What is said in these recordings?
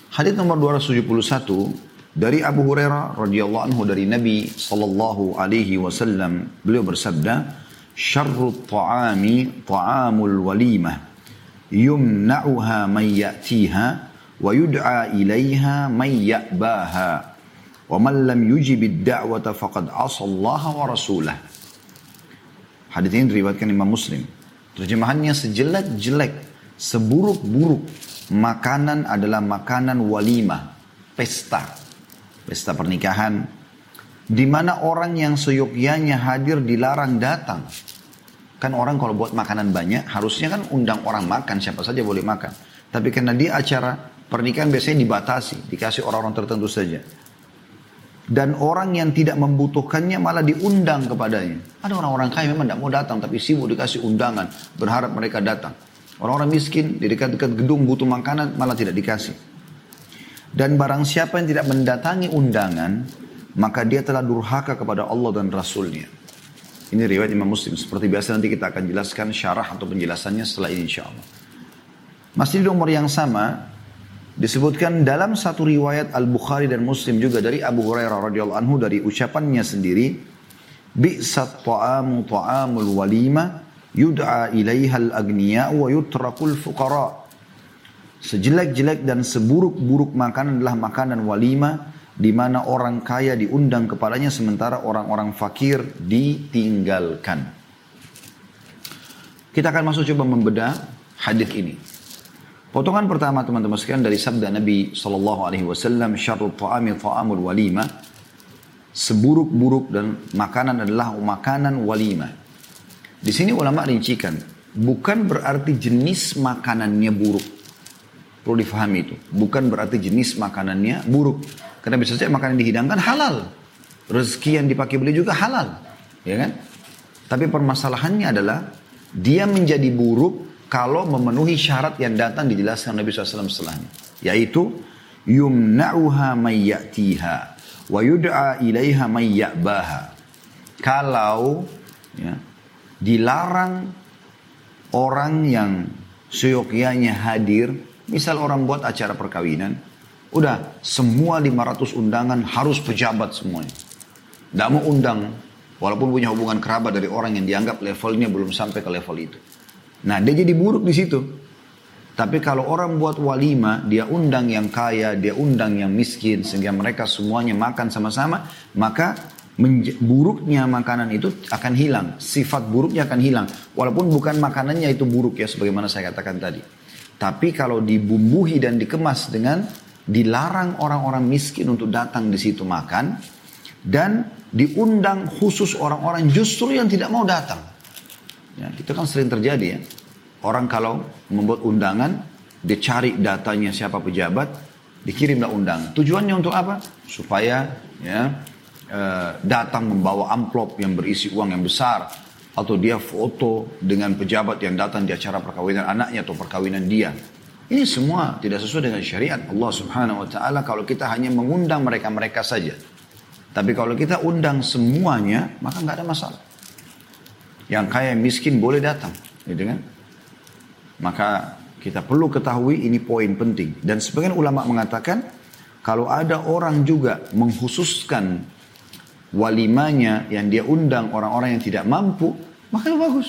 Hadits nomor 271 dari Abu Hurairah radhiyallahu anhu dari Nabi sallallahu alaihi wasallam, beliau bersabda, "Syarrut ta'ami ta'amul walimah, yumna'uha man ya'tiha wa yud'a ilaiha man ya'baha, wa man lam yujib ad-da'wata faqad 'asa Allah wa rasulah." Hadits ini diriwayatkan Imam Muslim. Terjemahannya, sejelek-jelek, seburuk-buruk makanan adalah makanan walimah, pesta pernikahan, di mana orang yang seyogyanya hadir dilarang datang. Kan orang kalau buat makanan banyak, harusnya kan undang orang makan, siapa saja boleh makan. Tapi karena dia acara pernikahan biasanya dibatasi, dikasih orang-orang tertentu saja. Dan orang yang tidak membutuhkannya malah diundang kepadanya. Ada orang-orang kaya memang tidak mau datang, tapi sibuk dikasih undangan, berharap mereka datang. Orang-orang miskin di dekat-dekat gedung butuh makanan, malah tidak dikasih. Dan barang siapa yang tidak mendatangi undangan, maka dia telah durhaka kepada Allah dan Rasulnya. Ini riwayat Imam Muslim. Seperti biasa nanti kita akan jelaskan syarah atau penjelasannya setelah ini insyaAllah. Masih di nomor yang sama, disebutkan dalam satu riwayat Al-Bukhari dan Muslim juga dari Abu Hurairah radhiyallahu anhu, dari ucapannya sendiri, "Bi'sat ta'amu ta'amul walima, yud'a ilaiha al-agniya wa yutrakul fuqara." Sejelek-jelek dan seburuk-buruk makanan adalah makanan walima, di mana orang kaya diundang kepadanya sementara orang-orang fakir ditinggalkan. Kita akan masuk coba membedah hadis ini. Potongan pertama teman-teman sekalian dari sabda Nabi SAW, "Syarrut ta'ami ta'amul walima." Seburuk-buruk dan makanan adalah makanan walima. Di sini ulama rincikan, bukan berarti jenis makanannya buruk. Perlu difahami itu. Bukan berarti jenis makanannya buruk. Karena bisa saja makanan dihidangkan halal. Rezeki yang dipakai beli juga halal. Ya kan? Tapi permasalahannya adalah dia menjadi buruk kalau memenuhi syarat yang datang dijelaskan Nabi SAW setelahnya. Yaitu, yumna'uha mayyatiha wa yud'a ilaiha mayyabaha. Kalau ya, dilarang orang yang seyogyanya hadir, misal orang buat acara perkawinan, udah semua 500 undangan harus pejabat semuanya. Tidak mau undang, walaupun punya hubungan kerabat dari orang yang dianggap levelnya belum sampai ke level itu. Nah, dia jadi buruk di situ. Tapi kalau orang buat walima, dia undang yang kaya, dia undang yang miskin, sehingga mereka semuanya makan sama-sama, maka buruknya makanan itu akan hilang. Sifat buruknya akan hilang. Walaupun bukan makanannya itu buruk ya, sebagaimana saya katakan tadi. Tapi kalau dibumbuhi dan dikemas dengan dilarang orang-orang miskin untuk datang di situ makan, dan diundang khusus orang-orang justru yang tidak mau datang. Ya, itu kan sering terjadi ya. Orang kalau membuat undangan, dia cari datanya siapa pejabat, dikirimlah undangan. Tujuannya untuk apa? Supaya ya, datang membawa amplop yang berisi uang yang besar. Atau dia foto dengan pejabat yang datang di acara perkawinan anaknya atau perkawinan dia. Ini semua tidak sesuai dengan syariat Allah Subhanahu wa ta'ala kalau kita hanya mengundang mereka-mereka saja. Tapi kalau kita undang semuanya, maka nggak ada masalah. Yang kaya miskin boleh datang, gitu kan? Maka kita perlu ketahui ini poin penting. Dan sebagian ulama mengatakan, kalau ada orang juga mengkhususkan walimanya yang dia undang orang-orang yang tidak mampu, maka itu bagus.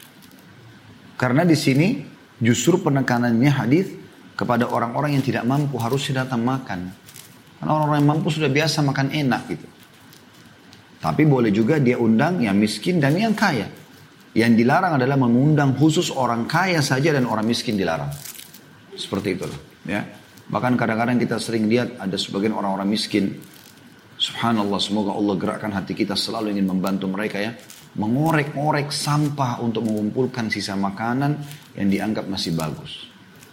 Karena di sini justru penekanannya hadis kepada orang-orang yang tidak mampu harusnya datang makan. Karena orang-orang yang mampu sudah biasa makan enak gitu. Tapi boleh juga dia undang yang miskin dan yang kaya. Yang dilarang adalah mengundang khusus orang kaya saja dan orang miskin dilarang. Seperti itulah. Ya. Bahkan kadang-kadang kita sering lihat ada sebagian orang-orang miskin. Subhanallah, semoga Allah gerakkan hati kita selalu ingin membantu mereka ya. Mengorek-orek sampah untuk mengumpulkan sisa makanan yang dianggap masih bagus.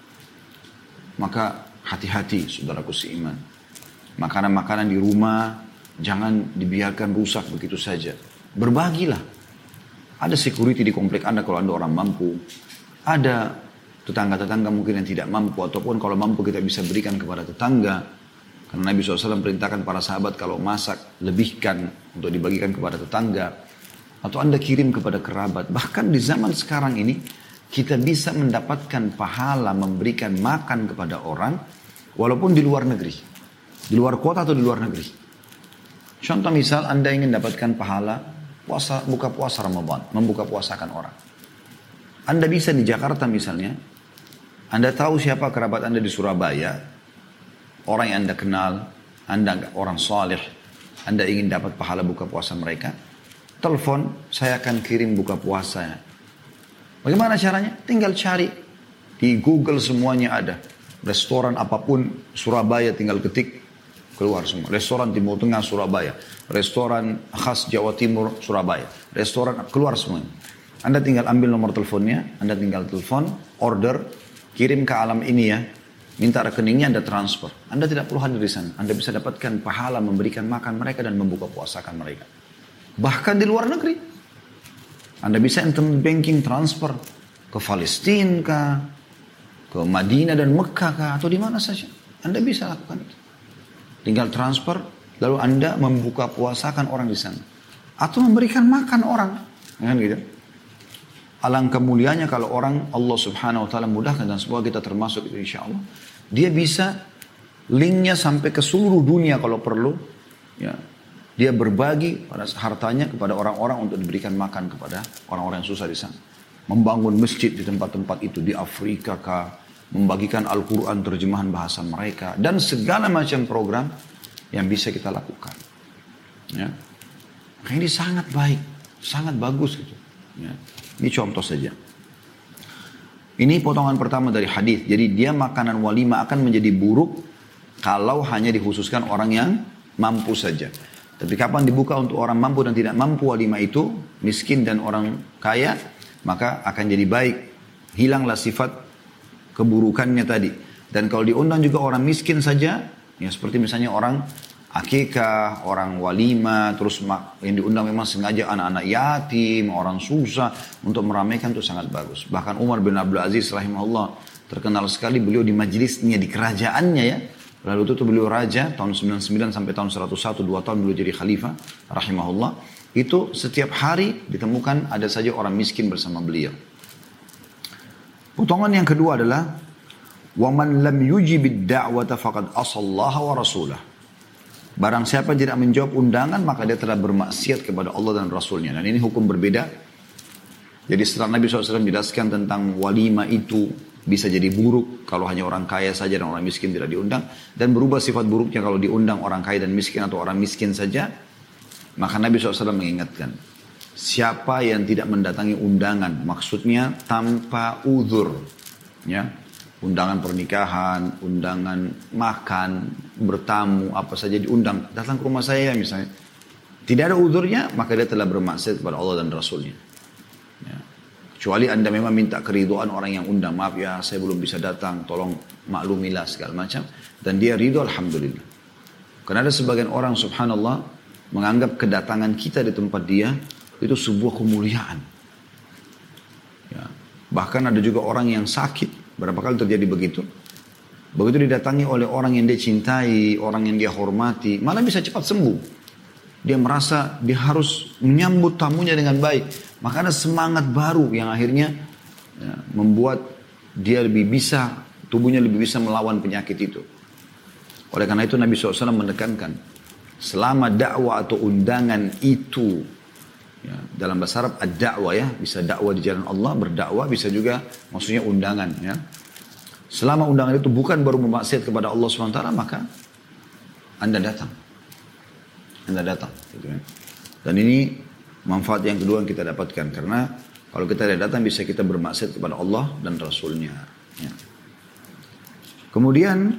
Maka hati-hati saudaraku seiman. Makanan-makanan di rumah jangan dibiarkan rusak begitu saja. Berbagilah. Ada security di komplek Anda kalau Anda orang mampu. Ada tetangga-tetangga mungkin yang tidak mampu. Ataupun kalau mampu kita bisa berikan kepada tetangga. Karena Nabi SAW perintahkan para sahabat kalau masak, lebihkan untuk dibagikan kepada tetangga. Atau Anda kirim kepada kerabat. Bahkan di zaman sekarang ini, kita bisa mendapatkan pahala memberikan makan kepada orang Walaupun di luar negeri. Di luar kota atau di luar negeri. Contoh misal Anda ingin dapatkan pahala puasa, buka puasa Ramadan. Membuka puasakan orang. Anda bisa di Jakarta misalnya. Anda tahu siapa kerabat Anda di Surabaya. Orang yang Anda kenal. Anda orang saleh. Anda ingin dapat pahala buka puasa mereka. Telepon, saya akan kirim buka puasanya. Bagaimana caranya? Tinggal cari. Di Google semuanya ada. Restoran apapun Surabaya tinggal ketik. Keluar semua. Restoran Timur Tengah Surabaya. Restoran khas Jawa Timur Surabaya. Restoran keluar semuanya. Anda tinggal ambil nomor teleponnya. Anda tinggal telepon. Order. Kirim ke alam ini ya. Minta rekeningnya Anda transfer. Anda tidak perlu hadir di sana. Anda bisa dapatkan pahala memberikan makan mereka dan membuka puasakan mereka. Bahkan di luar negeri. Anda bisa internet banking transfer ke Palestina kah, ke Madinah dan Mekah kah, atau di mana saja. Anda bisa lakukan itu. Tinggal transfer, lalu Anda membuka puasakan orang di sana. Atau memberikan makan orang. Kan gitu. Alangkah mulianya kalau orang Allah subhanahu wa ta'ala mudahkan dan semoga kita termasuk itu insya Allah. Dia bisa linknya sampai ke seluruh dunia kalau perlu. Ya, dia berbagi pada hartanya kepada orang-orang untuk diberikan makan kepada orang-orang yang susah di sana. Membangun masjid di tempat-tempat itu di Afrika kah, membagikan Al-Quran terjemahan bahasa mereka. Dan segala macam program yang bisa kita lakukan. Ya. Ini sangat baik, sangat bagus gitu. Ya. Ini contoh saja. Ini potongan pertama dari hadis. Jadi dia makanan walimah akan menjadi buruk kalau hanya dikhususkan orang yang mampu saja. Tapi kapan dibuka untuk orang mampu dan tidak mampu walimah itu, miskin dan orang kaya, maka akan jadi baik. Hilanglah sifat keburukannya tadi. Dan kalau diundang juga orang miskin saja, ya seperti misalnya orang akikah, orang walimah, terus yang diundang memang sengaja anak-anak yatim, orang susah, untuk meramaikan itu sangat bagus. Bahkan Umar bin Abdul Aziz rahimahullah terkenal sekali beliau di majlisnya, di kerajaannya ya. Lalu itu beliau raja tahun 99 sampai tahun 101, 2 tahun beliau jadi khalifah rahimahullah. Itu setiap hari ditemukan ada saja orang miskin bersama beliau. Potongan yang kedua adalah وَمَنْ لَمْ يُجِبِ الدَّعْوَةَ فَقَدْ أَصَى اللَّهَ وَرَسُولَهُ. Barang siapa tidak menjawab undangan, maka dia telah bermaksiat kepada Allah dan Rasulnya. Dan ini hukum berbeda. Jadi setelah Nabi SAW jelaskan tentang walimah itu bisa jadi buruk kalau hanya orang kaya saja dan orang miskin tidak diundang. Dan berubah sifat buruknya kalau diundang orang kaya dan miskin atau orang miskin saja. Maka Nabi SAW mengingatkan. Siapa yang tidak mendatangi undangan, maksudnya tanpa uzur. Ya. Undangan pernikahan, undangan makan, bertamu, apa saja diundang. Datang ke rumah saya misalnya. Tidak ada uzurnya, maka dia telah bermaksiat kepada Allah dan Rasulnya. Ya. Kecuali Anda memang minta keriduan orang yang undang. Maaf ya, saya belum bisa datang, tolong maklumilah segala macam. Dan dia ridho, alhamdulillah. Karena ada sebagian orang subhanallah, menganggap kedatangan kita di tempat dia, itu sebuah kemuliaan. Ya. Bahkan ada juga orang yang sakit. Berapa kali terjadi begitu? Begitu didatangi oleh orang yang dia cintai, orang yang dia hormati, malah bisa cepat sembuh. Dia merasa dia harus menyambut tamunya dengan baik. Maka ada semangat baru yang akhirnya ya, membuat dia lebih bisa, tubuhnya lebih bisa melawan penyakit itu. Oleh karena itu Nabi SAW menekankan, selama dakwah atau undangan itu, ya, dalam bahasa Arab ad-da'wah ya, bisa dakwah di jalan Allah, berdakwah, bisa juga maksudnya undangan ya. Selama undangan itu bukan baru memaksiat kepada Allah SWT, maka Anda datang. Anda datang. Gitu ya. Dan ini manfaat yang kedua yang kita dapatkan. Karena kalau kita tidak datang bisa kita bermaksiat kepada Allah dan Rasulnya. Ya. Kemudian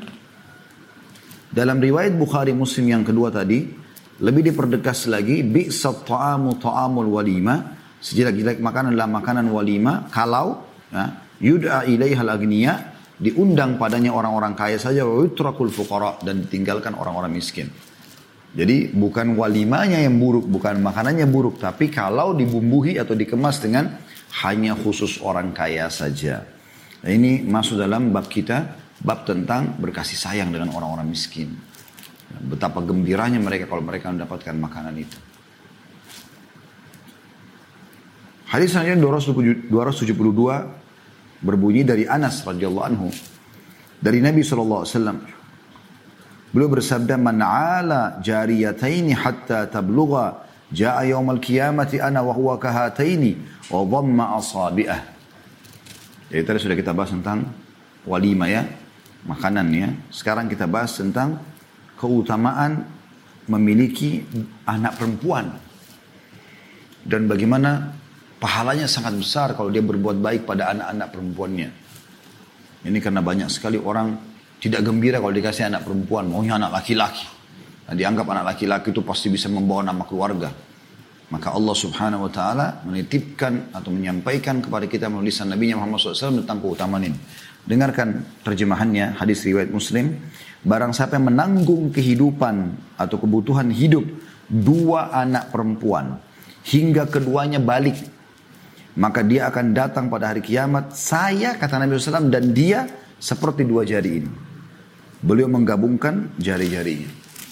dalam riwayat Bukhari Muslim yang kedua tadi, lebih dipertegas lagi, bi'sat ta'amu ta'amul walima, sejelek-jelek makanan adalah makanan walima, kalau ya, yud'a ilaihal agniya, diundang padanya orang-orang kaya saja, wa yutrakul fuqara, dan ditinggalkan orang-orang miskin. Jadi bukan walimanya yang buruk, bukan makanannya buruk, tapi kalau dibumbuhi atau dikemas dengan hanya khusus orang kaya saja. Nah, ini masuk dalam bab kita, bab tentang berkasih sayang dengan orang-orang miskin. Betapa gembiranya mereka kalau mereka mendapatkan makanan itu. Hadis selanjutnya 272 berbunyi dari Anas radhiyallahu anhu dari Nabi SAW. Beliau bersabda, "Man 'ala jariyataini hatta tablugha, jaa yaumal qiyamati ana wa huwa kahataini wa dhamma asabi'ah." Jadi tadi sudah kita bahas tentang walimah ya, makanan ya. Sekarang kita bahas tentang keutamaan memiliki anak perempuan. Dan bagaimana pahalanya sangat besar kalau dia berbuat baik pada anak-anak perempuannya. Ini karena banyak sekali orang tidak gembira kalau dikasih anak perempuan, maunya anak laki-laki. Nah, dianggap anak laki-laki itu pasti bisa membawa nama keluarga. Maka Allah subhanahu wa ta'ala menitipkan atau menyampaikan kepada kita melalui lisan Nabi Muhammad SAW tentang keutamaan ini. Dengarkan terjemahannya, hadis riwayat Muslim. Barang siapa yang menanggung kehidupan atau kebutuhan hidup dua anak perempuan hingga keduanya balik, maka dia akan datang pada hari kiamat. Saya, kata Nabi SAW, dan dia seperti dua jari ini. Beliau menggabungkan jari-jarinya.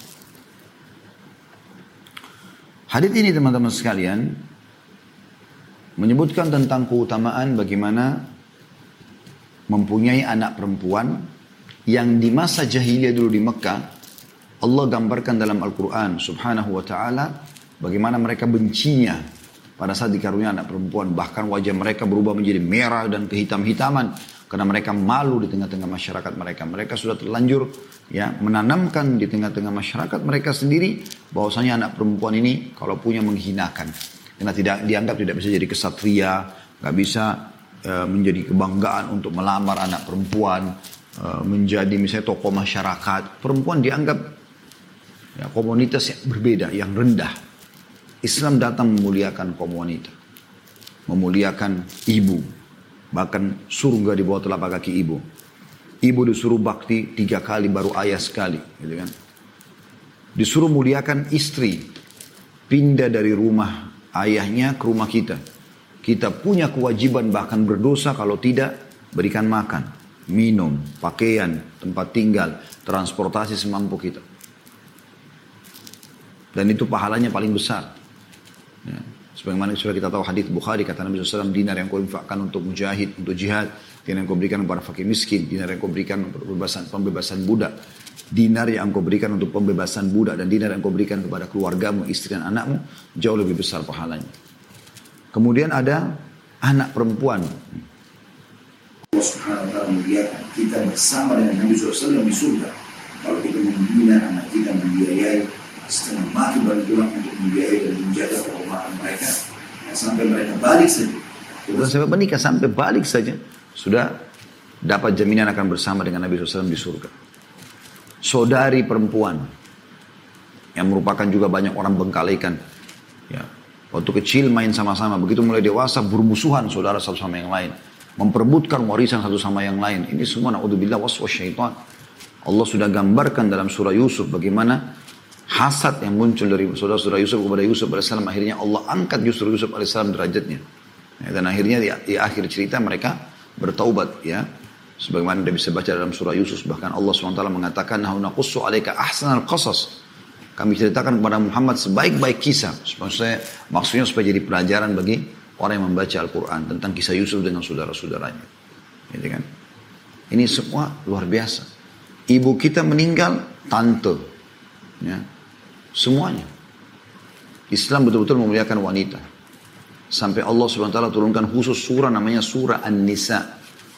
Hadits ini teman-teman sekalian menyebutkan tentang keutamaan bagaimana mempunyai anak perempuan yang di masa jahiliyah dulu di Mekah. Allah gambarkan dalam Al-Quran subhanahu wa ta'ala bagaimana mereka bencinya pada saat dikaruniai anak perempuan. Bahkan wajah mereka berubah menjadi merah dan kehitam-hitaman. Karena mereka malu di tengah-tengah masyarakat mereka. Mereka sudah terlanjur ya menanamkan di tengah-tengah masyarakat mereka sendiri bahwasanya anak perempuan ini kalau punya menghinakan. Karena dianggap tidak bisa jadi kesatria, nggak bisa menjadi kebanggaan untuk melamar anak perempuan, menjadi misalnya tokoh masyarakat. Perempuan dianggap ya, komunitas yang berbeda, yang rendah. Islam datang memuliakan kaum wanita, memuliakan ibu. Bahkan surga di bawah telapak kaki ibu. Ibu disuruh bakti 3 kali baru ayah sekali. Gitu kan. Disuruh muliakan istri. Pindah dari rumah ayahnya ke rumah kita. Kita punya kewajiban bahkan berdosa kalau tidak berikan makan, minum, pakaian, tempat tinggal, transportasi semampu kita. Dan itu pahalanya paling besar. Ya. Sebagaimana sudah kita tahu hadits Bukhari, kata Nabi SAW, dinar yang kau infakkan untuk mujahid, untuk jihad, dinar yang kau berikan kepada fakir miskin, dinar yang kau berikan untuk pembebasan budak, dinar yang kau berikan untuk pembebasan budak, dan dinar yang kau berikan kepada keluargamu, istri dan anakmu, jauh lebih besar pahalanya. Kemudian ada anak perempuan. Allah Subhanahu wa ta'ala memuliakan kita bersama dengan Nabi SAW di surga. Kalau kita membina anak kita, membiayai setengah mati balik pulang untuk membiayai dan menjaga kehormatan mereka sampai mereka balik saja. Bukan sampai menikah, sampai balik saja sudah dapat jaminan akan bersama dengan Nabi SAW di surga. Saudari perempuan yang merupakan juga banyak orang bengkalikan. Ya, waktu kecil main sama-sama, begitu mulai dewasa bermusuhan saudara satu sama yang lain, memperebutkan warisan satu sama yang lain. Ini semua na'udzubillah waswas syaitan. Allah sudah gambarkan dalam surah Yusuf bagaimana hasad yang muncul dari saudara-saudara Yusuf kepada Yusuf AS. Akhirnya Allah angkat justru Yusuf AS derajatnya. Ya, dan akhirnya di akhir cerita mereka bertaubat. Ya. Sebagaimana Anda bisa baca dalam surah Yusuf. Bahkan Allah SWT mengatakan, "Nahnu naqussu 'alaika ahsanal qasas." Kami ceritakan kepada Muhammad sebaik-baik kisah. Maksudnya supaya jadi pelajaran bagi orang yang membaca Al-Quran. Tentang kisah Yusuf dengan saudara-saudaranya. Gitu kan? Ini semua luar biasa. Ibu kita meninggal, tante. Ya. Semuanya. Islam betul-betul memuliakan wanita. Sampai Allah SWT turunkan khusus surah namanya surah An-Nisa.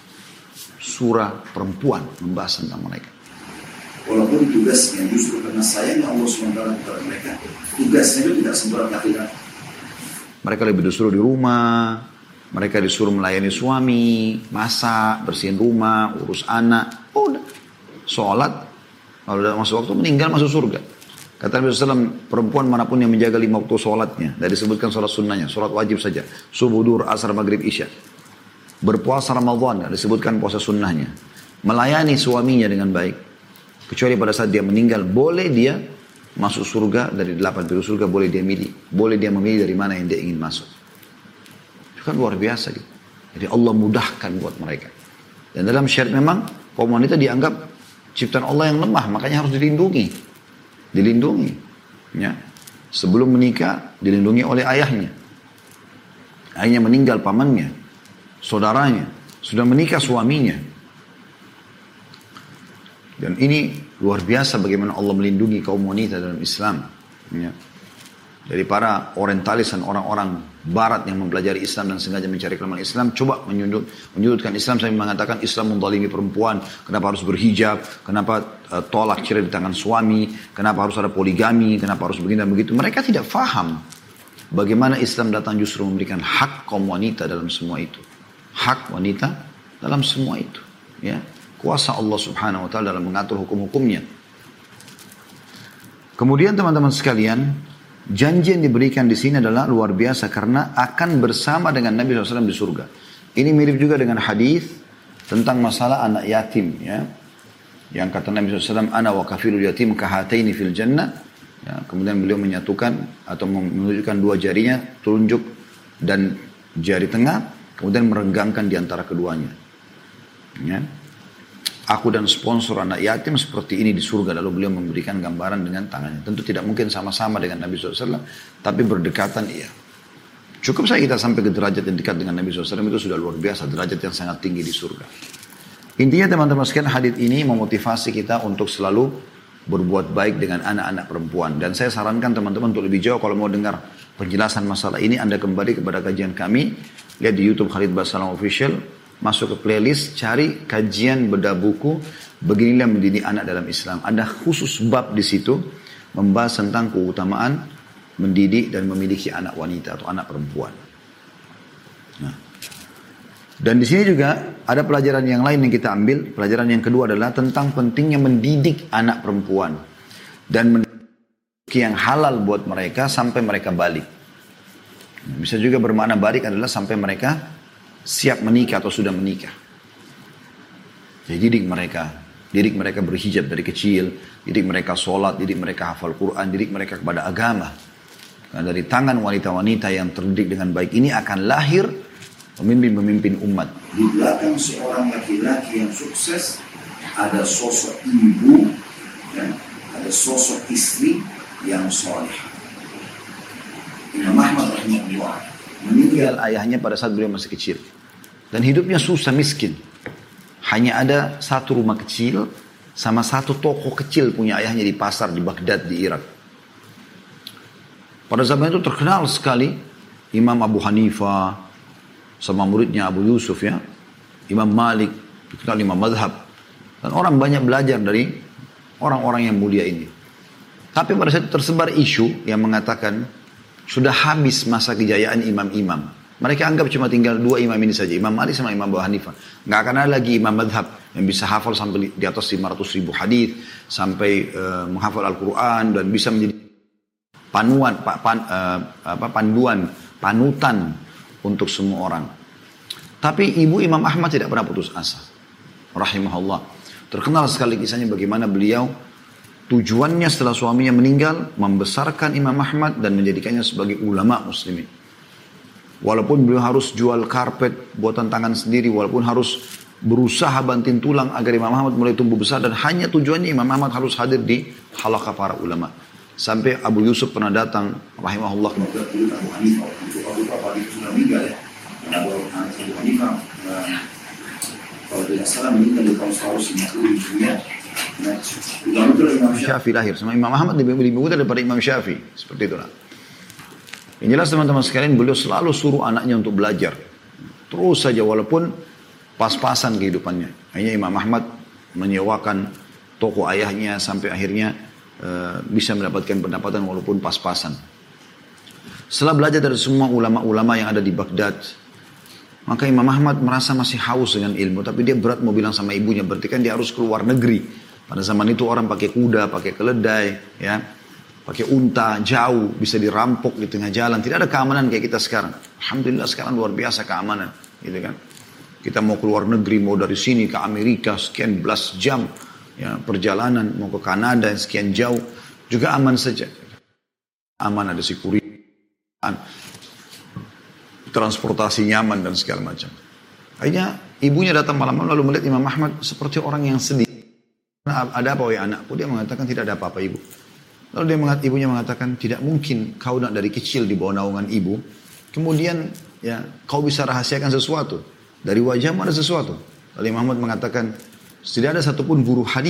Surah perempuan membahas tentang mereka. Walaupun tugasnya justru karena sayangnya Allah SWT kepada mereka, tugasnya itu tidak seberat laki-laki. Mereka lebih disuruh di rumah, mereka disuruh melayani suami, masak, bersihin rumah, urus anak. Udah. Sholat, kalau udah masuk waktu meninggal masuk surga. Kata Nabi SAW, perempuan manapun yang menjaga 5 waktu sholatnya, dan disebutkan sholat sunnahnya, sholat wajib saja, subuh, duhur, asar, maghrib, isya. Berpuasa Ramadan, disebutkan puasa sunnahnya. Melayani suaminya dengan baik. Kecuali pada saat dia meninggal, boleh dia masuk surga, dari 8 pintu surga boleh dia milih. Boleh dia memilih dari mana yang dia ingin masuk. Itu kan luar biasa gitu. Jadi Allah mudahkan buat mereka. Dan dalam syariat memang, kaum wanita dianggap ciptaan Allah yang lemah, makanya harus dilindungi. Dilindungi, ya. Sebelum menikah dilindungi oleh ayahnya. Ayahnya meninggal, pamannya, saudaranya, sudah menikah suaminya. Dan ini Luar biasa bagaimana Allah melindungi kaum wanita dalam Islam. Ya. Dari para orientalis dan orang-orang barat yang mempelajari Islam dan sengaja mencari kelemahan Islam, coba menyudutkan Islam sampai mengatakan Islam menzalimi perempuan, kenapa harus berhijab, kenapa tolak cerai di tangan suami, kenapa harus ada poligami, kenapa harus begini dan begitu. Mereka tidak faham bagaimana Islam datang justru memberikan hak kaum wanita dalam semua itu. Hak wanita dalam semua itu. Ya. Kuasa Allah subhanahu wa ta'ala dalam mengatur hukum-hukumnya. Kemudian teman-teman sekalian, janji yang diberikan di sini adalah luar biasa karena akan bersama dengan Nabi SAW di surga. Ini mirip juga dengan hadis tentang masalah anak yatim, ya. Yang kata Nabi SAW, "Ana wa kafilul yatim kahataini fil jannah." Ya, kemudian beliau menyatukan atau menunjukkan dua jarinya, telunjuk dan jari tengah, kemudian merenggangkan di antara keduanya. Ya. Aku dan sponsor anak yatim seperti ini di surga. Lalu beliau memberikan gambaran dengan tangannya. Tentu tidak mungkin sama-sama dengan Nabi SAW. Tapi berdekatan iya. Cukup saja kita sampai ke derajat yang dekat dengan Nabi SAW. Itu sudah luar biasa. Derajat yang sangat tinggi di surga. Intinya teman-teman sekalian, hadits ini memotivasi kita untuk selalu berbuat baik dengan anak-anak perempuan. Dan saya sarankan teman-teman untuk lebih jauh. Kalau mau dengar penjelasan masalah ini, Anda kembali kepada kajian kami. Lihat di YouTube Khalid Basalam Official. Masuk ke playlist, cari kajian bedah buku Beginilah Mendidik Anak dalam Islam. Ada khusus bab di situ membahas tentang keutamaan mendidik dan memiliki anak wanita atau anak perempuan. Nah. Dan di sini juga ada pelajaran yang lain yang kita ambil. Pelajaran yang kedua adalah tentang pentingnya mendidik anak perempuan dan mendidik yang halal buat mereka sampai mereka balik. Bisa juga bermakna balik adalah sampai mereka siap menikah atau sudah menikah. Jadi didik mereka berhijab dari kecil, didik mereka sholat, didik mereka hafal Quran, didik mereka kepada agama. Karena dari tangan wanita-wanita yang terdidik dengan baik ini akan lahir pemimpin-pemimpin umat. Di belakang seorang laki-laki yang sukses ada sosok ibu, ya, ada sosok istri yang soleh. Imam Ahmad rahimahullah meninggal ayahnya pada saat beliau masih kecil. Dan hidupnya susah miskin. Hanya ada satu rumah kecil sama satu toko kecil punya ayahnya di pasar di Baghdad di Irak. Pada zaman itu terkenal sekali Imam Abu Hanifah sama muridnya Abu Yusuf, ya. Imam Malik, terkenal imam madhab. Dan orang banyak belajar dari orang-orang yang mulia ini. Tapi pada saat itu tersebar isu yang mengatakan sudah habis masa kejayaan imam-imam. Mereka anggap cuma tinggal dua imam ini saja. Imam Malik sama Imam Abu Hanifah. Nggak akan ada lagi imam madhab yang bisa hafal sampai di atas 500.000 hadis, sampai menghafal Al-Quran dan bisa menjadi panutan untuk semua orang. Tapi ibu Imam Ahmad tidak pernah putus asa. Rahimahullah. Terkenal sekali kisahnya bagaimana beliau tujuannya setelah suaminya meninggal membesarkan Imam Ahmad dan menjadikannya sebagai ulama muslimin. Walaupun beliau harus jual karpet buatan tangan sendiri, walaupun harus berusaha banting tulang agar Imam Ahmad mulai tumbuh besar, dan hanya tujuannya Imam Ahmad harus hadir di halaqah para ulama. Sampai Abu Yusuf pernah datang rahimahullah. Abu Hanifah sudah meninggal, ya. Abu Hanifah kalau tidak salah meninggal di tahun 150 Hijriah. Imam Syafi'i lahir sama Imam Ahmad lebih muda daripada Imam Syafi'i, seperti itulah. Yang jelas teman-teman sekalian, beliau selalu suruh anaknya untuk belajar terus saja walaupun pas-pasan kehidupannya. Hanya Imam Ahmad menyewakan toko ayahnya sampai akhirnya bisa mendapatkan pendapatan walaupun pas-pasan. Setelah belajar dari semua ulama-ulama yang ada di Baghdad, maka Imam Ahmad merasa masih haus dengan ilmu, tapi dia berat mau bilang sama ibunya, berarti kan dia harus keluar negeri. Pada zaman itu orang pakai kuda, pakai keledai, ya, pakai unta, jauh, bisa dirampok di tengah jalan. Tidak ada keamanan kayak kita sekarang. Alhamdulillah sekarang luar biasa keamanan, gitu kan. Kita mau keluar negeri, mau dari sini ke Amerika sekian belas jam, ya, perjalanan, mau ke Kanada yang sekian jauh, juga aman saja. Aman, ada security, transportasi nyaman dan segala macam. Akhirnya ibunya datang malam-malam lalu melihat Imam Ahmad seperti orang yang sedih. Ada apa wahai anakku? Dia mengatakan tidak ada apa-apa ibu. Lalu ibunya mengatakan tidak mungkin kau nak dari kecil di bawah naungan ibu, kemudian ya kau bisa rahasiakan sesuatu. Dari wajahmu ada sesuatu. Lalu Imam Ahmad mengatakan tidak ada satupun guru hadis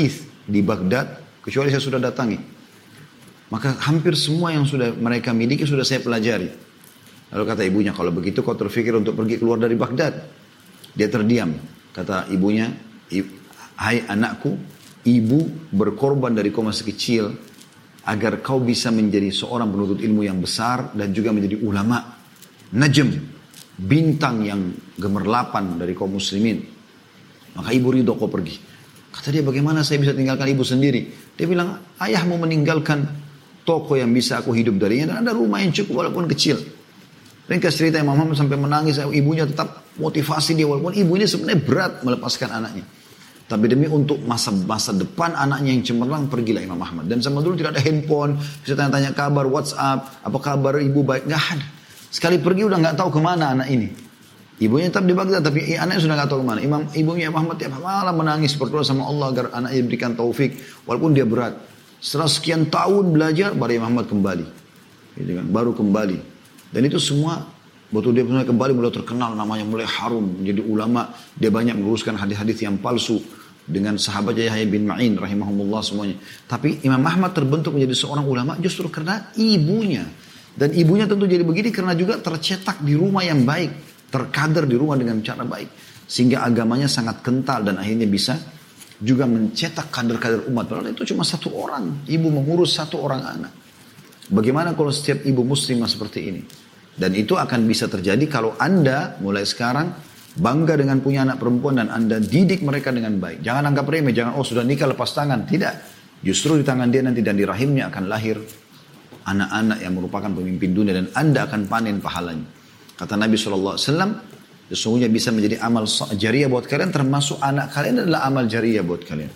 di Baghdad kecuali saya sudah datangi. Maka hampir semua yang sudah mereka miliki sudah saya pelajari. Lalu kata ibunya, kalau begitu kau terfikir untuk pergi keluar dari Baghdad. Dia terdiam. Kata ibunya, hai anakku, ibu berkorban dari kau masih kecil agar kau bisa menjadi seorang penuntut ilmu yang besar dan juga menjadi ulama, najm, bintang yang gemerlapan dari kaum muslimin. Maka ibu ridho kau pergi. Kata dia, bagaimana saya bisa tinggalkan ibu sendiri? Dia bilang, ayahmu meninggalkan toko yang bisa aku hidup darinya dan ada rumah yang cukup walaupun kecil. Ringkas cerita Imam Muhammad sampai menangis, ibunya tetap motivasi dia walaupun ibu ini sebenarnya berat melepaskan anaknya. Tapi demi untuk masa depan anaknya yang cemerlang, pergilah Imam Ahmad. Dan sama dulu tidak ada handphone, bisa tanya-tanya kabar WhatsApp, apa kabar ibu baik, nggak ada. Sekali pergi udah nggak tahu kemana anak ini. Ibunya tetap di Baghdad, tapi anaknya sudah nggak tahu kemana. Ibunya Imam Ahmad tiap malam menangis berdoa sama Allah agar anaknya diberikan taufik, walaupun dia berat. Setelah sekian tahun belajar, baru Imam Ahmad kembali, gitu kan? Baru kembali. Dan itu semua waktu dia kembali mulai terkenal, namanya mulai harum, menjadi ulama. Dia banyak meluruskan hadis-hadis yang palsu dengan sahabat Yahya bin Ma'in rahimahumullah semuanya. Tapi Imam Ahmad terbentuk menjadi seorang ulama justru karena ibunya. Dan ibunya tentu jadi begini karena juga tercetak di rumah yang baik, terkader di rumah dengan cara baik, sehingga agamanya sangat kental dan akhirnya bisa juga mencetak kader-kader umat. Padahal itu cuma satu orang, ibu mengurus satu orang anak. Bagaimana kalau setiap ibu muslimah seperti ini? Dan itu akan bisa terjadi kalau Anda mulai sekarang bangga dengan punya anak perempuan dan Anda didik mereka dengan baik. Jangan anggap remeh, jangan sudah nikah lepas tangan. Tidak, justru di tangan dia nanti dan di rahimnya akan lahir anak-anak yang merupakan pemimpin dunia dan Anda akan panen pahalanya. Kata Nabi SAW, sesungguhnya bisa menjadi amal jariah buat kalian, termasuk anak kalian adalah amal jariah buat kalian.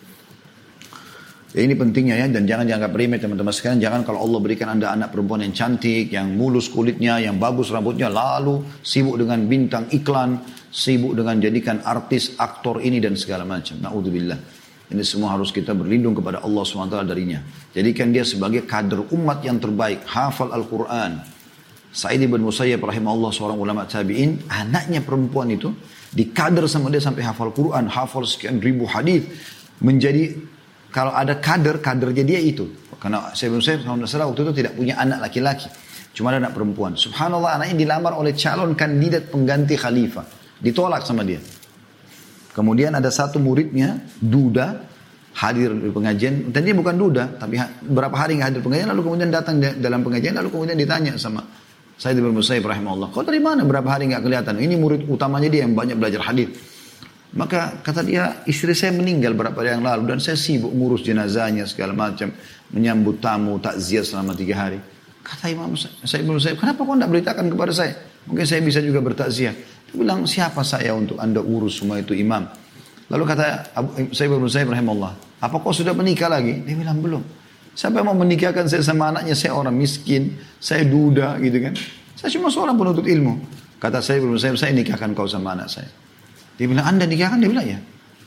Ya, ini pentingnya ya, dan jangan dianggap remeh teman-teman sekalian. Jangan kalau Allah berikan Anda anak perempuan yang cantik, yang mulus kulitnya, yang bagus rambutnya, lalu sibuk dengan bintang iklan, sibuk dengan jadikan artis, aktor ini dan segala macam. Na'udzubillah. Ini semua harus kita berlindung kepada Allah SWT darinya. Jadikan dia sebagai kader umat yang terbaik, hafal Al-Quran. Sa'id bin Musayyib rahimahullah, seorang ulama tabi'in, anaknya perempuan itu dikader sama dia sampai hafal Quran, hafal sekian ribu hadis, menjadi kalau ada kadernya dia itu. Karena Sa'id bin Musayyib waktu itu tidak punya anak laki-laki, cuma ada anak perempuan. Subhanallah, anaknya dilamar oleh calon kandidat pengganti khalifah, ditolak sama dia. Kemudian ada satu muridnya, duda, hadir di pengajian, dan dia bukan duda, tapi berapa hari nggak hadir pengajian, lalu kemudian datang dalam pengajian, lalu kemudian ditanya sama Sa'id bin Musayyib rahimahullah, kau dari mana berapa hari nggak kelihatan? Ini murid utamanya dia yang banyak belajar hadis. Maka kata dia, istri saya meninggal berapa hari yang lalu dan saya sibuk ngurus jenazahnya segala macam, menyambut tamu, takziah selama 3 hari. Kata Imam Sa'id bin Musayyib, kenapa kau tidak beritakan kepada saya? Mungkin saya bisa juga bertakziah. Dia bilang, siapa saya untuk anda urus semua itu imam? Lalu kata Sa'id bin Musayyib rahimahullah, apa kau sudah menikah lagi? Dia bilang, belum. Siapa yang mau menikahkan saya sama anaknya? Saya orang miskin, saya duda gitu kan. Saya cuma seorang penuntut ilmu. Kata Sa'id bin Musayyib, saya nikahkan kau sama anak saya. Dia bilang, anda nikahkan? Dia bilang, ya.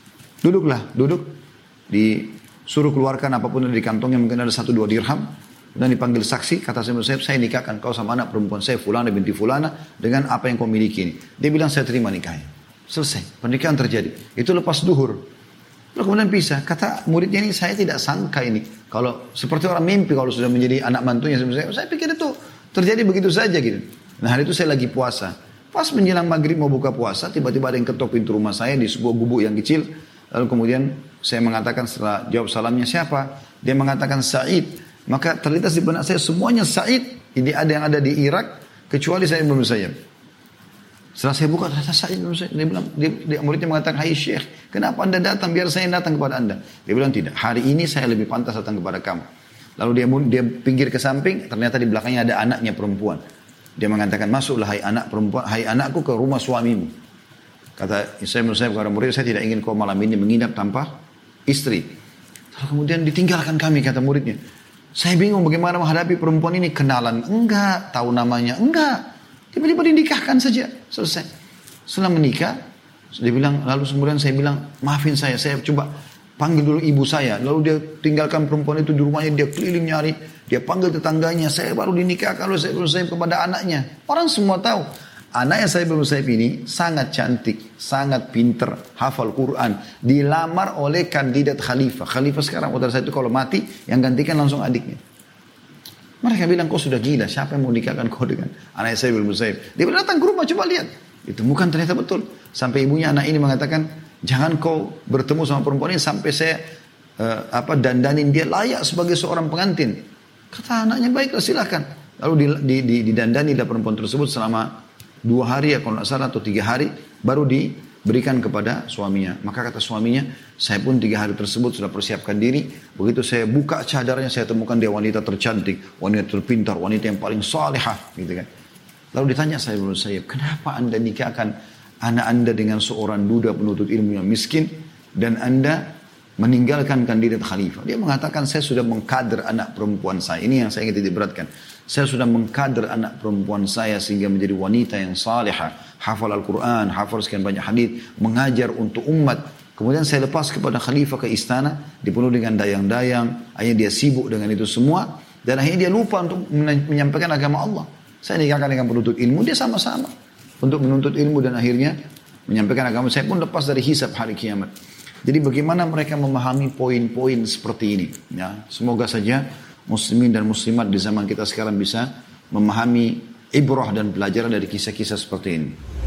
Duduk. Disuruh keluarkan apapun yang di kantongnya, mungkin ada 1-2 dirham. Dan dipanggil saksi, kata Sa'id bin Musayyib, saya nikahkan kau sama anak perempuan saya, Fulana binti Fulana, dengan apa yang kau miliki ini. Dia bilang, saya terima nikahnya. Selesai, pernikahan terjadi. Itu lepas duhur. Lalu kemudian pisah. Kata muridnya ini, saya tidak sangka ini. Kalau seperti orang mimpi kalau sudah menjadi anak mantunya. Saya pikir itu terjadi begitu saja gitu. Nah hari itu saya lagi puasa. Pas menjelang maghrib mau buka puasa, tiba-tiba ada yang ketok pintu rumah saya di sebuah gubuk yang kecil. Lalu kemudian saya mengatakan setelah jawab salamnya, siapa? Dia mengatakan Sa'id. Maka terlintas di benak saya semuanya Sa'id. Ini ada yang ada di Irak kecuali saya belum saya. Setelah saya buka ternyata Sa'id bin Musayyib. Dia bilang, muridnya mengatakan, hai Syekh, kenapa anda datang? Biar saya datang kepada anda. Dia bilang, tidak, hari ini saya lebih pantas datang kepada kamu. Lalu dia pinggir ke samping, ternyata di belakangnya ada anaknya perempuan. Dia mengatakan, masuklah hai anak perempuan, hai anakku ke rumah suamimu. Kata Sa'id bin Musayyib kepada murid, saya tidak ingin kau malam ini menginap tanpa istri. Lalu kemudian ditinggalkan kami, kata muridnya. Saya bingung bagaimana menghadapi perempuan ini. Kenalan enggak, tahu namanya enggak. Tiba-tiba dinikahkan saja, selesai. Setelah menikah, dia bilang, lalu kemudian saya bilang, maafin saya coba panggil dulu ibu saya. Lalu dia tinggalkan perempuan itu di rumahnya, dia keliling nyari, dia panggil tetangganya, saya baru dinikahkan oleh saya kepada anaknya. Orang semua tahu, Anaknya Sa'id bin Musayyib ini sangat cantik, sangat pinter, hafal Quran. Dilamar oleh kandidat khalifah. Khalifah sekarang pada saat itu kalau mati, yang gantikan langsung adiknya. Mereka bilang, kau sudah gila, siapa yang mau nikahkan kau dengan anaknya Sa'id bin Musayyib? Dia datang ke rumah, coba lihat. Ditemukan ternyata betul. Sampai ibunya anak ini mengatakan, jangan kau bertemu sama perempuan ini sampai saya dandanin dia layak sebagai seorang pengantin. Kata anaknya, baiklah silakan. Lalu didandanilah perempuan tersebut selama 2 hari ya kalau tidak salah atau 3 hari baru diberikan kepada suaminya. Maka kata suaminya, saya pun 3 hari tersebut sudah persiapkan diri. Begitu saya buka cadarnya, saya temukan dia wanita tercantik, wanita terpintar, wanita yang paling salihah, gitu kan. Lalu ditanya saya, kenapa anda nikahkan anak anda dengan seorang duda penuntut ilmu yang miskin dan anda meninggalkan kandidat khalifah? Dia mengatakan, saya sudah mengkader anak perempuan saya. Ini yang saya ingin diberatkan. Saya sudah mengkader anak perempuan saya sehingga menjadi wanita yang salihah, hafal Al-Quran, hafal sekian banyak hadis, mengajar untuk umat. Kemudian saya lepas kepada khalifah ke istana, dipenuhi dengan dayang-dayang, akhirnya dia sibuk dengan itu semua, dan akhirnya dia lupa untuk menyampaikan agama Allah. Saya nikahkan dengan penuntut ilmu, dia sama-sama untuk menuntut ilmu dan akhirnya menyampaikan agama. Saya pun lepas dari hisab hari kiamat. Jadi bagaimana mereka memahami poin-poin seperti ini? Ya, semoga saja muslimin dan muslimat di zaman kita sekarang bisa memahami ibrah dan pelajaran dari kisah-kisah seperti ini.